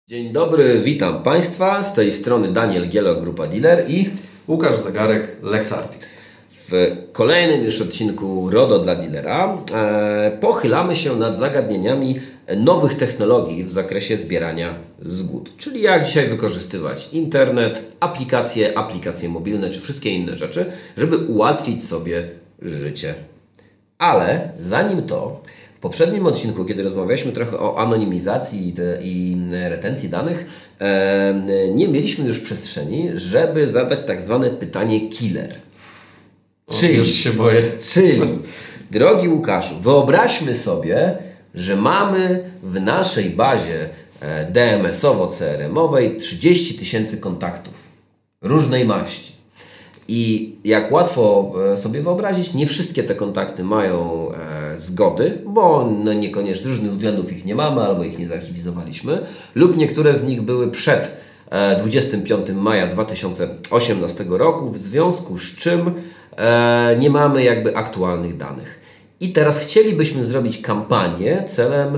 Dzień dobry, witam Państwa. Z tej strony Daniel Gielo, Grupa Dealer i Łukasz Zegarek, LexArtist. W kolejnym już odcinku RODO dla Dealera pochylamy się nad zagadnieniami nowych technologii w zakresie zbierania zgód. Czyli jak dzisiaj wykorzystywać internet, aplikacje mobilne czy wszystkie inne rzeczy, żeby ułatwić sobie życie. Ale zanim to, w poprzednim odcinku, kiedy rozmawialiśmy trochę o anonimizacji i retencji danych, nie mieliśmy już przestrzeni, żeby zadać tak zwane pytanie killer. Już się boję. Czyli, drogi Łukaszu, wyobraźmy sobie, że mamy w naszej bazie DMS-owo-CRM-owej 30 000 kontaktów różnej maści. I jak łatwo sobie wyobrazić, nie wszystkie te kontakty mają zgody, bo niekoniecznie z różnych względów ich nie mamy albo ich nie zarchiwizowaliśmy, lub niektóre z nich były przed 25 maja 2018 roku, w związku z czym nie mamy jakby aktualnych danych. I teraz chcielibyśmy zrobić kampanię celem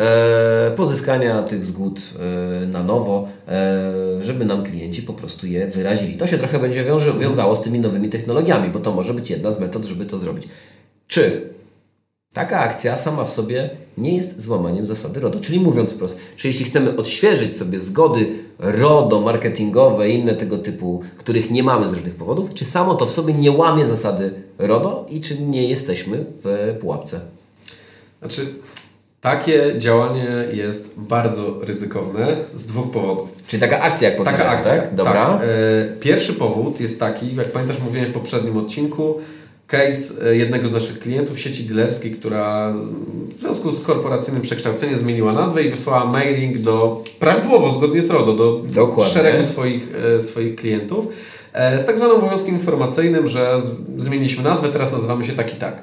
pozyskania tych zgód na nowo, żeby nam klienci po prostu je wyrazili. To się trochę będzie wiązało z tymi nowymi technologiami, bo to może być jedna z metod, żeby to zrobić. Czy taka akcja sama w sobie nie jest złamaniem zasady RODO? Czyli mówiąc wprost, czy jeśli chcemy odświeżyć sobie zgody RODO, marketingowe i inne tego typu, których nie mamy z różnych powodów, czy samo to w sobie nie łamie zasady RODO i czy nie jesteśmy w pułapce? Znaczy, takie działanie jest bardzo ryzykowne z dwóch powodów. Czyli taka akcja, jak powiedziałem, taka akcja, tak? Dobra. Tak. Pierwszy powód jest taki, jak pamiętasz, mówiłem w poprzednim odcinku, case jednego z naszych klientów w sieci dealerskiej, która w związku z korporacyjnym przekształceniem zmieniła nazwę i wysłała mailing prawidłowo, zgodnie z RODO, do szeregu swoich klientów z tak zwanym obowiązkiem informacyjnym, że zmieniliśmy nazwę, teraz nazywamy się tak i tak.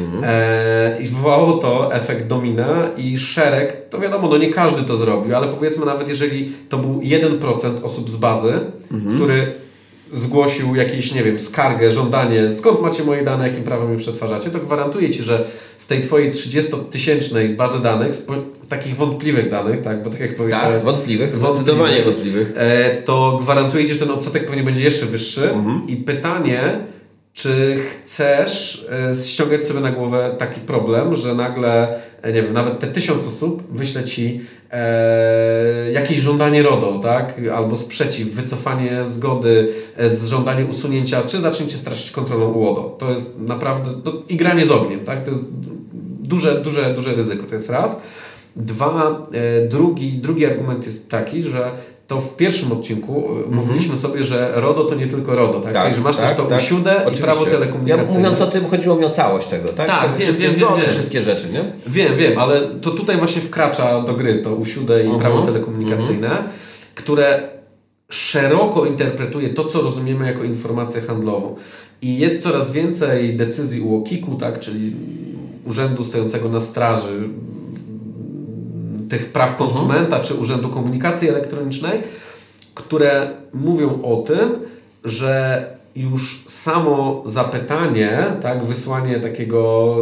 I wywołało to efekt domina i szereg, to wiadomo, nie każdy to zrobił, ale powiedzmy nawet jeżeli to był 1% osób z bazy, który zgłosił jakieś, skargę, żądanie, skąd macie moje dane, jakim prawem je przetwarzacie, to gwarantuję Ci, że z tej Twojej 30-tysięcznej bazy danych, takich wątpliwych danych, tak, bo tak jak powiedziałem... Tak, wątpliwych, zdecydowanie wątpliwych. To gwarantuję Ci, że ten odsetek pewnie będzie jeszcze wyższy. I pytanie, czy chcesz ściągać sobie na głowę taki problem, że nagle, nawet te 1000 osób wyśle Ci jakieś żądanie RODO, tak? Albo sprzeciw, wycofanie zgody, żądanie usunięcia, czy zaczniecie straszyć kontrolą UODO. To jest naprawdę i granie z ogniem, tak? To jest duże ryzyko, to jest raz. Dwa, drugi argument jest taki, że to w pierwszym odcinku mówiliśmy sobie, że RODO to nie tylko RODO, tak? Czyli, że masz też to USiUDę i prawo telekomunikacyjne. Ja mówiąc o tym, chodziło mi o całość tego, tak? Tak, wiem. Wszystkie rzeczy, nie? Wiem, ale to tutaj właśnie wkracza do gry to USiUDę i prawo telekomunikacyjne, które szeroko interpretuje to, co rozumiemy jako informację handlową. I jest coraz więcej decyzji UOKiK-u, tak? Czyli urzędu stojącego na straży tych praw konsumenta, czy Urzędu Komunikacji Elektronicznej, które mówią o tym, że już samo zapytanie, tak, wysłanie takiego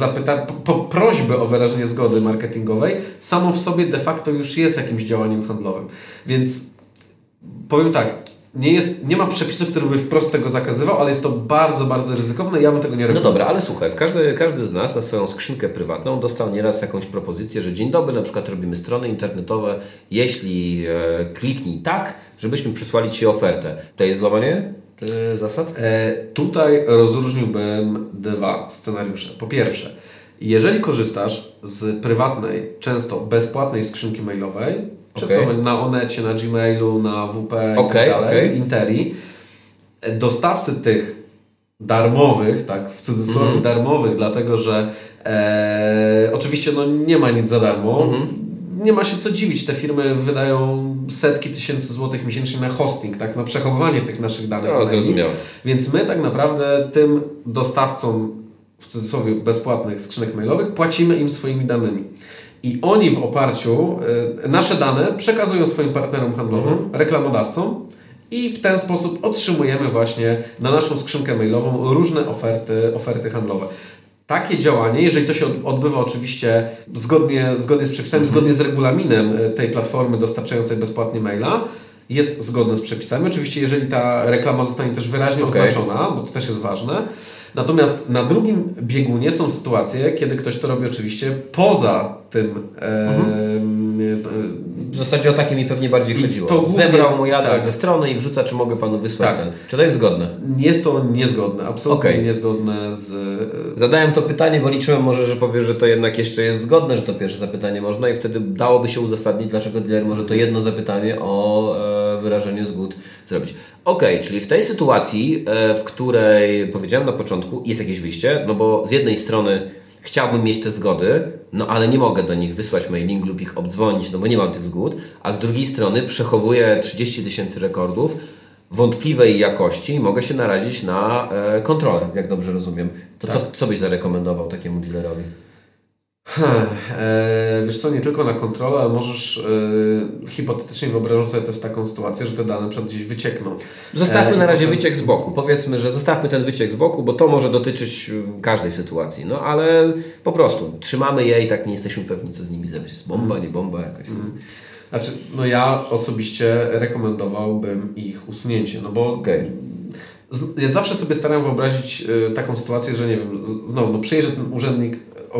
prośby o wyrażenie zgody marketingowej, samo w sobie de facto już jest jakimś działaniem handlowym. Więc powiem tak, nie ma przepisu, który by wprost tego zakazywał, ale jest to bardzo, bardzo ryzykowne i ja bym tego nie robił. No dobra, ale słuchaj, każdy z nas na swoją skrzynkę prywatną dostał nieraz jakąś propozycję, że dzień dobry, na przykład robimy strony internetowe, jeśli kliknij tak, żebyśmy przysłali Ci ofertę. To jest złamanie zasad? Tutaj rozróżniłbym dwa scenariusze. Po pierwsze, jeżeli korzystasz z prywatnej, często bezpłatnej skrzynki mailowej, czy to na Onecie, na Gmailu, na WP i tak dalej, Interi, dostawcy tych darmowych, tak, w cudzysłowie darmowych, dlatego że oczywiście nie ma nic za darmo, nie ma się co dziwić, te firmy wydają setki tysięcy złotych miesięcznie na hosting, tak, na przechowywanie tych naszych danych. Zrozumiałem. Więc my tak naprawdę tym dostawcom, w cudzysłowie bezpłatnych skrzynek mailowych, płacimy im swoimi danymi. I oni w oparciu, nasze dane przekazują swoim partnerom handlowym, reklamodawcom i w ten sposób otrzymujemy właśnie na naszą skrzynkę mailową różne oferty handlowe. takie działanie, jeżeli to się odbywa oczywiście zgodnie z przepisami, zgodnie z regulaminem tej platformy dostarczającej bezpłatnie maila, jest zgodne z przepisami. Oczywiście jeżeli ta reklama zostanie też wyraźnie oznaczona, bo to też jest ważne. Natomiast na drugim biegunie są sytuacje, kiedy ktoś to robi oczywiście poza tym. W zasadzie o takie mi pewnie bardziej chodziło. Zebrał mój adres ze strony i wrzuca, czy mogę panu wysłać ten. Czy to jest zgodne? Jest to niezgodne, absolutnie niezgodne z... Zadałem to pytanie, bo liczyłem może, że powie, że to jednak jeszcze jest zgodne, że to pierwsze zapytanie można i wtedy dałoby się uzasadnić, dlaczego dealer może to jedno zapytanie o wyrażenie zgód zrobić. Czyli w tej sytuacji, w której powiedziałem na początku, jest jakieś wyjście, no bo z jednej strony chciałbym mieć te zgody, no ale nie mogę do nich wysłać mailingu lub ich obdzwonić, no bo nie mam tych zgód, a z drugiej strony przechowuję 30 000 rekordów wątpliwej jakości i mogę się narazić na kontrolę, jak dobrze rozumiem. To co byś zarekomendował takiemu dealerowi? Wiesz co, nie tylko na kontrolę, ale możesz hipotetycznie wyobrażam sobie też taką sytuację, że te dane przed gdzieś wyciekną. Zostawmy na razie wyciek z boku. Powiedzmy, że zostawmy ten wyciek z boku, bo to może dotyczyć każdej sytuacji. No ale po prostu trzymamy je i tak nie jesteśmy pewni, co z nimi zrobić. Jest bomba, nie bomba jakaś. Znaczy, no ja osobiście rekomendowałbym ich usunięcie, no bo ja zawsze sobie staram wyobrazić taką sytuację, że nie wiem, znowu, przyjeżdża ten urzędnik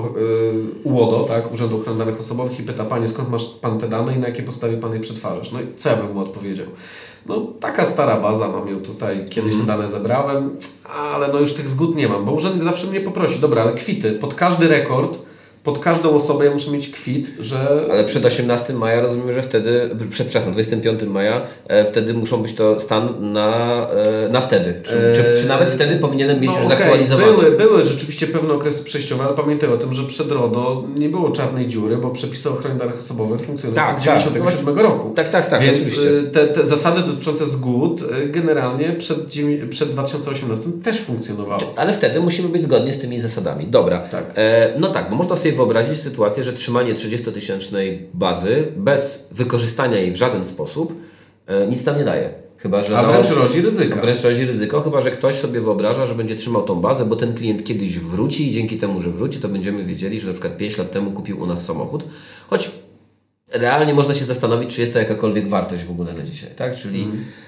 UODO, tak, Urzędu Ochrony Danych Osobowych i pyta: panie, skąd masz pan te dane i na jakiej podstawie pan je przetwarzasz? No i co ja bym mu odpowiedział? No taka stara baza, mam ją tutaj, kiedyś te dane zebrałem, ale no już tych zgód nie mam, bo urzędnik zawsze mnie poprosi: dobra, ale kwity, pod każdy rekord, pod każdą osobę ja muszę mieć kwit, że... Ale przed 18 maja rozumiem, że wtedy, przepraszam, 25 maja, wtedy muszą być to stan na wtedy. Czy nawet wtedy powinienem mieć już zaktualizowany? Były rzeczywiście pewne okresy przejściowe, ale pamiętaj o tym, że przed RODO nie było czarnej dziury, bo przepisy o ochronie danych osobowych funkcjonują od 1997 roku. Tak, więc oczywiście. Te zasady dotyczące zgód generalnie przed 2018 też funkcjonowały. Ale wtedy musimy być zgodni z tymi zasadami. Dobra. Tak. Bo można sobie wyobrazić sytuację, że trzymanie 30-tysięcznej bazy bez wykorzystania jej w żaden sposób nic tam nie daje. Chyba, że wręcz rodzi ryzyko. Wręcz rodzi ryzyko, chyba że ktoś sobie wyobraża, że będzie trzymał tą bazę, bo ten klient kiedyś wróci i dzięki temu, że wróci, to będziemy wiedzieli, że na przykład 5 lat temu kupił u nas samochód. Choć realnie można się zastanowić, czy jest to jakakolwiek wartość w ogóle na dzisiaj. Tak? Czyli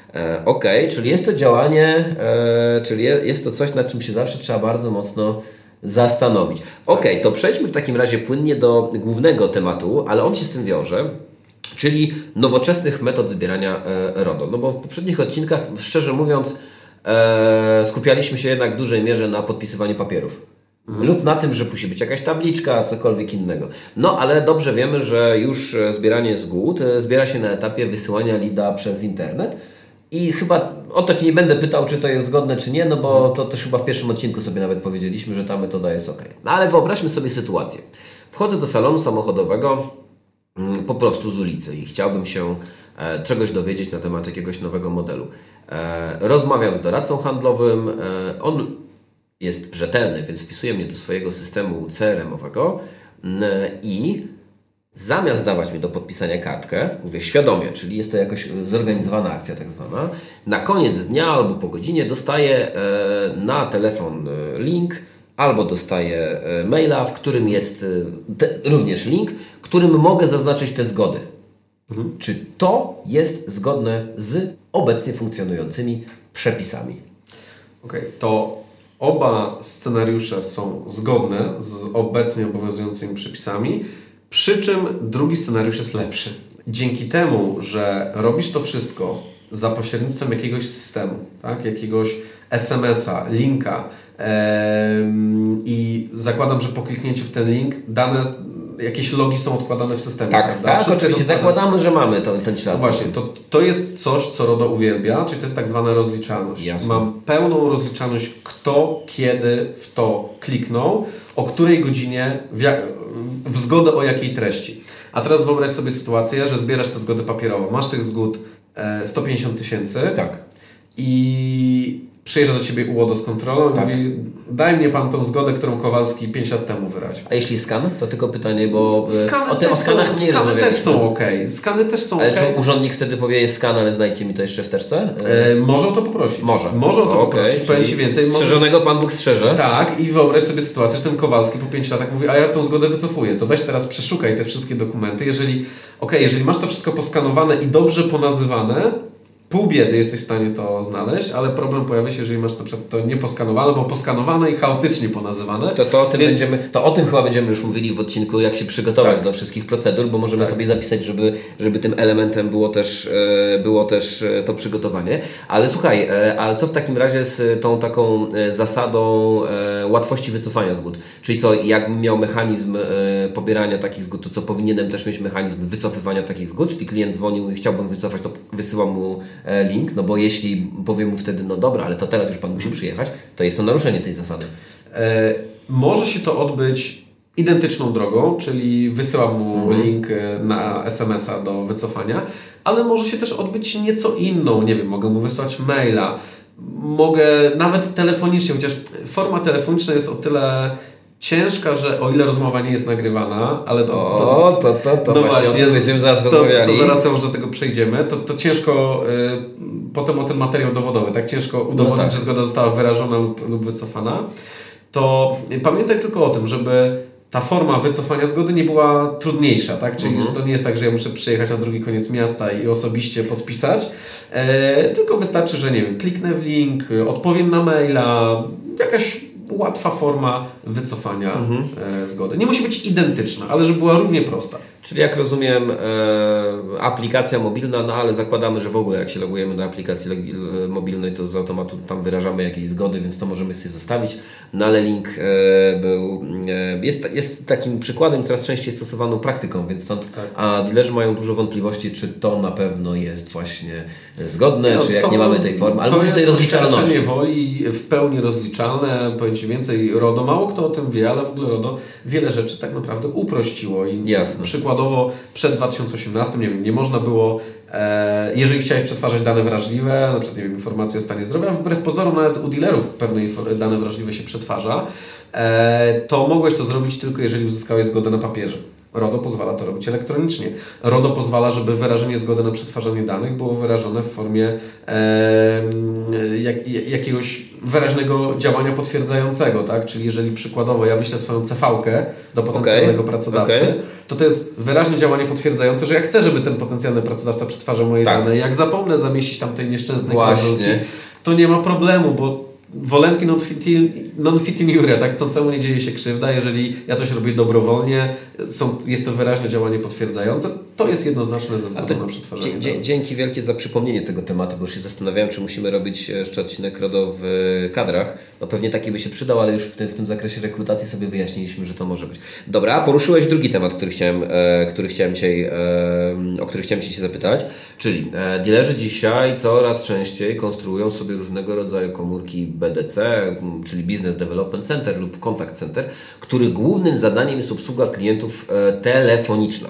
czyli jest to działanie, czyli jest to coś, nad czym się zawsze trzeba bardzo mocno zastanowić. To przejdźmy w takim razie płynnie do głównego tematu, ale on się z tym wiąże, czyli nowoczesnych metod zbierania RODO. No bo w poprzednich odcinkach, szczerze mówiąc, skupialiśmy się jednak w dużej mierze na podpisywaniu papierów. Lub na tym, że musi być jakaś tabliczka, cokolwiek innego. No ale dobrze wiemy, że już zbieranie zgód zbiera się na etapie wysyłania leada przez internet. I chyba o to Ci nie będę pytał, czy to jest zgodne, czy nie, no bo to też chyba w pierwszym odcinku sobie nawet powiedzieliśmy, że ta metoda jest ok. No ale wyobraźmy sobie sytuację. Wchodzę do salonu samochodowego po prostu z ulicy i chciałbym się czegoś dowiedzieć na temat jakiegoś nowego modelu. Rozmawiam z doradcą handlowym, on jest rzetelny, więc wpisuje mnie do swojego systemu CRM-owego i zamiast dawać mi do podpisania kartkę, mówię świadomie, czyli jest to jakoś zorganizowana akcja tak zwana, na koniec dnia albo po godzinie dostaję na telefon link, albo dostaję maila, w którym jest również link, którym mogę zaznaczyć te zgody. Czy to jest zgodne z obecnie funkcjonującymi przepisami? To oba scenariusze są zgodne z obecnie obowiązującymi przepisami. Przy czym drugi scenariusz jest lepszy. Dzięki temu, że robisz to wszystko za pośrednictwem jakiegoś systemu, tak? Jakiegoś SMS-a, linka i zakładam, że po kliknięciu w ten link dane, jakieś logi są odkładane w systemie. Tak, oczywiście zakładamy, że mamy ten ślad. Właśnie, to jest coś, co RODO uwielbia, czyli to jest tak zwana rozliczalność. Jasne. Mam pełną rozliczalność, kto, kiedy w to kliknął, o której godzinie, w zgodę o jakiej treści. A teraz wyobraź sobie sytuację, że zbierasz te zgody papierowo. Masz tych zgód 150 000. Tak. I przyjeżdża do Ciebie UODO z kontrolą i mówi, daj mnie Pan tą zgodę, którą Kowalski 5 lat temu wyraził. A jeśli skan? To tylko pytanie, bo o skanach nie rozmawialiśmy. Skany też są okej. Skany też są okej. Ale czy urzędnik wtedy powie, jest skan, ale znajdźcie mi to jeszcze w teczce? Może o to poprosić. Może o to poprosić. Powiem Ci więcej. Strzeżonego Pan Bóg strzeże. Tak, i wyobraź sobie sytuację, że ten Kowalski po 5 latach mówi, a ja tą zgodę wycofuję. To weź teraz przeszukaj te wszystkie dokumenty. Jeżeli masz to wszystko poskanowane i dobrze ponazywane, pół biedy jesteś w stanie to znaleźć, ale problem pojawia się, jeżeli masz to nieposkanowane, bo poskanowane i chaotycznie ponazywane. To o tym chyba będziemy już mówili w odcinku, jak się przygotować do wszystkich procedur, bo możemy sobie zapisać, żeby tym elementem było też to przygotowanie. Ale słuchaj, ale co w takim razie z tą taką zasadą łatwości wycofania zgód? Czyli co, jakbym miał mechanizm pobierania takich zgód, to co powinienem też mieć mechanizm wycofywania takich zgód? Czyli klient dzwonił i chciałbym wycofać, to wysyłam mu link, no bo jeśli powiem mu wtedy, no dobra, ale to teraz już Pan musi przyjechać, to jest to naruszenie tej zasady. Może się to odbyć identyczną drogą, czyli wysyłam mu link na SMS-a do wycofania, ale może się też odbyć nieco inną, nie wiem, mogę mu wysłać maila, mogę nawet telefonicznie, chociaż forma telefoniczna jest o tyle ciężka, że o ile rozmowa nie jest nagrywana, ale to właśnie o tym będziemy zaraz rozmawiali. To zaraz może do tego przejdziemy. To ciężko potem o ten materiał dowodowy, tak ciężko udowodnić, że zgoda została wyrażona lub wycofana. To pamiętaj tylko o tym, żeby ta forma wycofania zgody nie była trudniejsza, tak? Czyli że to nie jest tak, że ja muszę przyjechać na drugi koniec miasta i osobiście podpisać, tylko wystarczy, że nie wiem, kliknę w link, odpowiem na maila, jakaś łatwa forma wycofania zgody. Nie musi być identyczna, ale żeby była równie prosta. Czyli jak rozumiem aplikacja mobilna, no ale zakładamy, że w ogóle jak się logujemy do aplikacji mobilnej, to z automatu tam wyrażamy jakieś zgody, więc to możemy sobie zostawić. No ale link jest takim przykładem coraz częściej stosowaną praktyką, więc stąd a dealerzy mają dużo wątpliwości, czy to na pewno jest właśnie zgodne, czy jak nie mamy tej formy, ale może tej rozliczalności. To jest woli w pełni rozliczalne, powiem Ci więcej, RODO, mało kto o tym wie, ale w ogóle RODO wiele rzeczy tak naprawdę uprościło i przykładowo przed 2018, nie wiem, nie można było, jeżeli chciałeś przetwarzać dane wrażliwe, na przykład nie wiem, informacje o stanie zdrowia, wbrew pozorom nawet u dealerów pewne dane wrażliwe się przetwarza, to mogłeś to zrobić tylko jeżeli uzyskałeś zgodę na papierze. RODO pozwala to robić elektronicznie. RODO pozwala, żeby wyrażenie zgody na przetwarzanie danych było wyrażone w formie jakiegoś wyraźnego działania potwierdzającego, tak? Czyli jeżeli przykładowo ja wyślę swoją CV-kę do potencjalnego pracodawcy, to jest wyraźne działanie potwierdzające, że ja chcę, żeby ten potencjalny pracodawca przetwarzał moje dane. Jak zapomnę zamieścić tam tej nieszczęsnej klauzulki, to nie ma problemu, bo volenti non fit in iure, tak? Chcącemu nie dzieje się krzywda. Jeżeli ja coś robię dobrowolnie, jest to wyraźne działanie potwierdzające, to jest jednoznaczne ze zgodą na przetwarzanie. Dzięki wielkie za przypomnienie tego tematu, bo już się zastanawiałem, czy musimy robić jeszcze odcinek RODO w kadrach. No pewnie taki by się przydał, ale już w tym zakresie rekrutacji sobie wyjaśniliśmy, że to może być. Dobra, poruszyłeś drugi temat, o który chciałem Cię zapytać, czyli dealerzy dzisiaj coraz częściej konstruują sobie różnego rodzaju komórki BDC, czyli Business Development Center lub Contact Center, których głównym zadaniem jest obsługa klientów telefoniczna.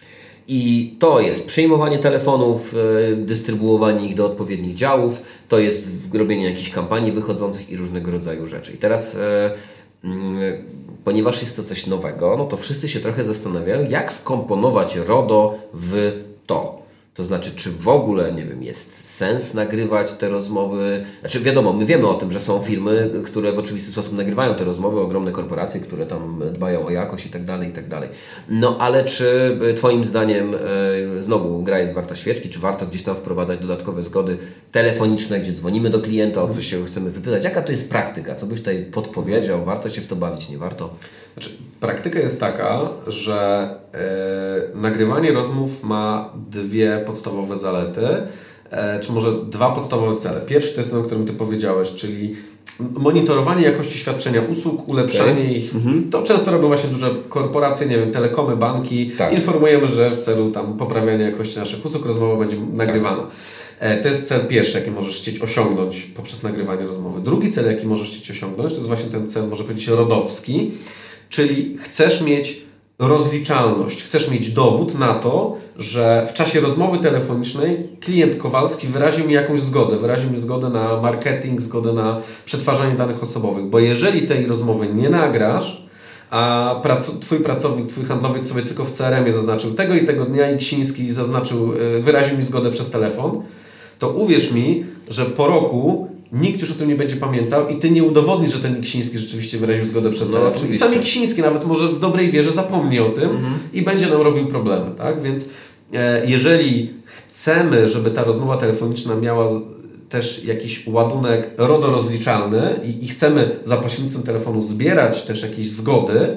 I to jest przyjmowanie telefonów, dystrybuowanie ich do odpowiednich działów, to jest robienie jakichś kampanii wychodzących i różnego rodzaju rzeczy. I teraz, ponieważ jest to coś nowego, no to wszyscy się trochę zastanawiają, jak wkomponować RODO w to. To znaczy, czy w ogóle, nie wiem, jest sens nagrywać te rozmowy? Znaczy wiadomo, my wiemy o tym, że są firmy, które w oczywisty sposób nagrywają te rozmowy, ogromne korporacje, które tam dbają o jakość i tak dalej, i tak dalej. No ale czy Twoim zdaniem, znowu gra jest warta świeczki, czy warto gdzieś tam wprowadzać dodatkowe zgody telefoniczne, gdzie dzwonimy do klienta, o coś się chcemy wypytać? Jaka to jest praktyka? Co byś tutaj podpowiedział? Warto się w to bawić, nie warto? Znaczy, praktyka jest taka, że nagrywanie rozmów ma dwie podstawowe zalety, czy może dwa podstawowe cele. Pierwszy to jest ten, o którym Ty powiedziałeś, czyli monitorowanie jakości świadczenia usług, ulepszanie ich. To często robią właśnie duże korporacje, nie wiem, telekomy, banki. Informujemy, że w celu tam poprawiania jakości naszych usług rozmowa będzie nagrywana. To jest cel pierwszy, jaki możesz chcieć osiągnąć poprzez nagrywanie rozmowy. Drugi cel, jaki możesz chcieć osiągnąć, to jest właśnie ten cel, może powiedzieć, rodowski, czyli chcesz mieć rozliczalność. Chcesz mieć dowód na to, że w czasie rozmowy telefonicznej klient Kowalski wyraził mi jakąś zgodę. Wyraził mi zgodę na marketing, zgodę na przetwarzanie danych osobowych. Bo jeżeli tej rozmowy nie nagrasz, a twój pracownik, twój handlowiec sobie tylko w CRM-ie zaznaczył tego i tego dnia i Ksiński wyraził mi zgodę przez telefon, to uwierz mi, że po roku nikt już o tym nie będzie pamiętał i ty nie udowodnisz, że ten Ksiński rzeczywiście wyraził zgodę przez telefon. Oczywiście. I sam Ksiński nawet może w dobrej wierze zapomni o tym i będzie nam robił problemy. Tak? Więc jeżeli chcemy, żeby ta rozmowa telefoniczna miała też jakiś ładunek rodorozliczalny i chcemy za pośrednictwem telefonu zbierać też jakieś zgody,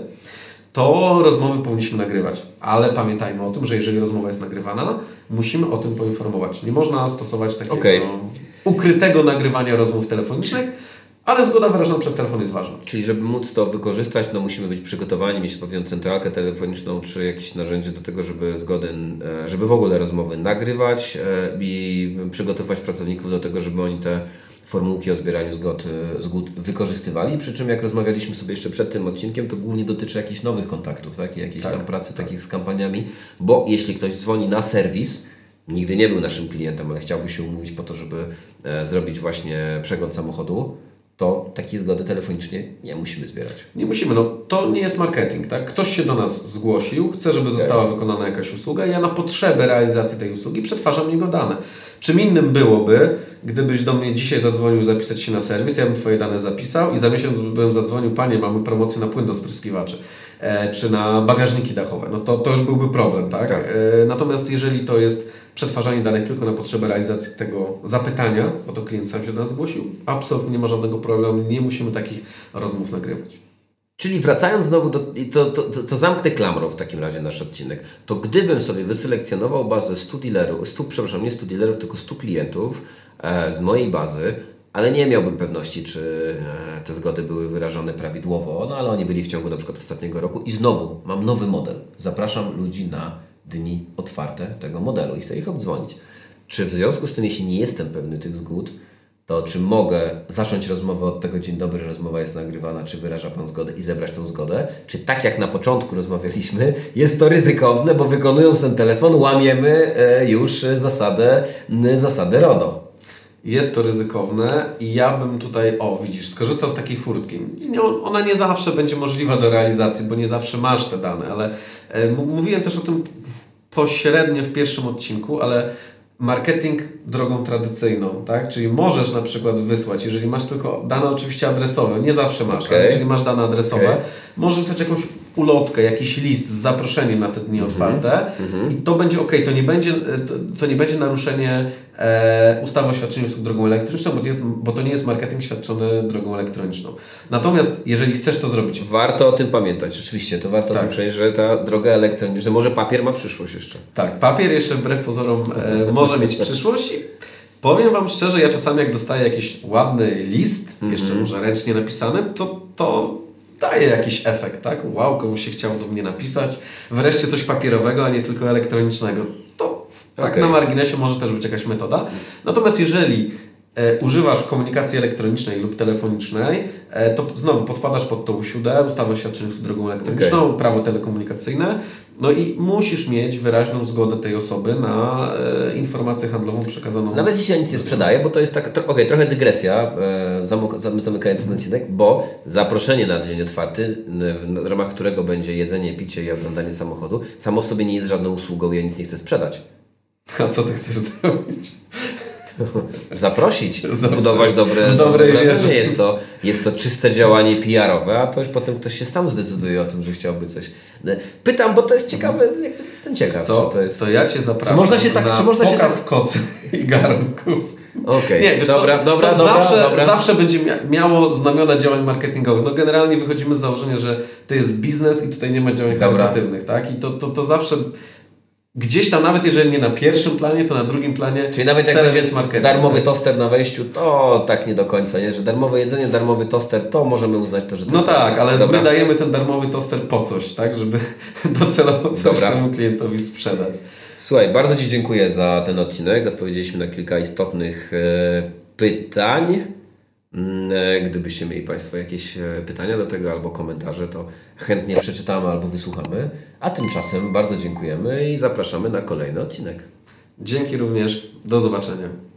to rozmowy powinniśmy nagrywać. Ale pamiętajmy o tym, że jeżeli rozmowa jest nagrywana, musimy o tym poinformować. Nie można stosować takiego ukrytego nagrywania rozmów telefonicznych, ale zgoda wyrażona przez telefon jest ważna. Czyli żeby móc to wykorzystać, no musimy być przygotowani, mieć pewną centralkę telefoniczną, czy jakieś narzędzie do tego, żeby w ogóle rozmowy nagrywać i przygotować pracowników do tego, żeby oni te formułki o zbieraniu zgód wykorzystywali. Przy czym jak rozmawialiśmy sobie jeszcze przed tym odcinkiem, to głównie dotyczy jakichś nowych kontaktów, tak? Jakiejś tam pracy takich z kampaniami, bo jeśli ktoś dzwoni na serwis, nigdy nie był naszym klientem, ale chciałby się umówić po to, żeby zrobić właśnie przegląd samochodu, to takiej zgody telefonicznie nie musimy zbierać. Nie musimy, to nie jest marketing, tak? Ktoś się do nas zgłosił, chce, żeby została wykonana jakaś usługa i ja na potrzeby realizacji tej usługi przetwarzam jego dane. Czym innym byłoby, gdybyś do mnie dzisiaj zadzwonił zapisać się na serwis, ja bym Twoje dane zapisał i za miesiąc bym zadzwonił, panie, mamy promocję na płyn do spryskiwaczy czy na bagażniki dachowe. To już byłby problem, tak? Natomiast jeżeli to jest przetwarzanie danych tylko na potrzeby realizacji tego zapytania, bo to klient sam się do nas zgłosił, absolutnie nie ma żadnego problemu, nie musimy takich rozmów nagrywać. Czyli wracając znowu to zamknę klamrą w takim razie nasz odcinek, to gdybym sobie wyselekcjonował bazę 100 dealerów, tylko 100 klientów z mojej bazy, ale nie miałbym pewności, czy te zgody były wyrażone prawidłowo, ale oni byli w ciągu na przykład ostatniego roku i znowu mam nowy model. Zapraszam ludzi na dni otwarte tego modelu i chcę ich obdzwonić. Czy w związku z tym, jeśli nie jestem pewny tych zgód, to czy mogę zacząć rozmowę od tego, dzień dobry, rozmowa jest nagrywana, czy wyraża Pan zgodę i zebrać tą zgodę? Czy tak jak na początku rozmawialiśmy, jest to ryzykowne, bo wykonując ten telefon łamiemy już zasadę RODO? Jest to ryzykowne i ja bym tutaj, skorzystał z takiej furtki. Ona nie zawsze będzie możliwa do realizacji, bo nie zawsze masz te dane, ale mówiłem też o tym pośrednio w pierwszym odcinku, ale marketing drogą tradycyjną, tak? Czyli możesz na przykład wysłać, jeżeli masz tylko dane oczywiście adresowe, nie zawsze masz, ale jeżeli masz dane adresowe, możesz wysłać jakąś ulotkę, jakiś list z zaproszeniem na te dni otwarte i to będzie to nie będzie naruszenie ustawy o świadczeniu usług drogą elektroniczną, bo to nie jest marketing świadczony drogą elektroniczną. Natomiast jeżeli chcesz to zrobić... Warto o tym pamiętać, rzeczywiście, to warto o tym przejść, że ta droga elektroniczna, może papier ma przyszłość jeszcze. Tak, papier jeszcze wbrew pozorom może mieć przyszłość. Powiem Wam szczerze, ja czasami jak dostaję jakiś ładny list, jeszcze może ręcznie napisany, to daje jakiś efekt, tak? Wow, komuś się chciało do mnie napisać. Wreszcie coś papierowego, a nie tylko elektronicznego. To tak na marginesie może też być jakaś metoda. Natomiast jeżeli używasz komunikacji elektronicznej lub telefonicznej, to znowu podpadasz pod tą USiD, ustawę o świadczeniu usług drogą elektroniczną, prawo telekomunikacyjne, i musisz mieć wyraźną zgodę tej osoby na informację handlową przekazaną. Nawet jeśli ja nic nie sprzedaję, bo to jest tak, trochę dygresja, zamykając ten odcinek, bo zaproszenie na dzień otwarty, w ramach którego będzie jedzenie, picie i oglądanie samochodu, samo w sobie nie jest żadną usługą, ja nic nie chcę sprzedać. A co ty chcesz zrobić? Zaprosić, budować dobre wrażenie. Jest to czyste działanie PR-owe, a to już potem ktoś się sam zdecyduje o tym, że chciałby coś. Pytam, bo to jest ciekawe, jestem ciekaw. To ja Cię zapraszam na pokaz kocy i garnków. Zawsze będzie miało znamiona działań marketingowych. Generalnie wychodzimy z założenia, że to jest biznes i tutaj nie ma działań charytatywnych, tak? I to zawsze... Gdzieś tam, nawet jeżeli nie na pierwszym planie, to na drugim planie. Czyli nawet jak będzie darmowy toster na wejściu, to tak nie do końca, nie? Że darmowe jedzenie, darmowy toster, to możemy uznać to, że to jest ale my dajemy ten darmowy toster po coś, tak? Żeby docelowo coś temu klientowi sprzedać. Słuchaj, bardzo Ci dziękuję za ten odcinek. Odpowiedzieliśmy na kilka istotnych pytań. Gdybyście mieli Państwo jakieś pytania do tego albo komentarze, to chętnie przeczytamy albo wysłuchamy. A tymczasem bardzo dziękujemy i zapraszamy na kolejny odcinek. Dzięki również. Do zobaczenia.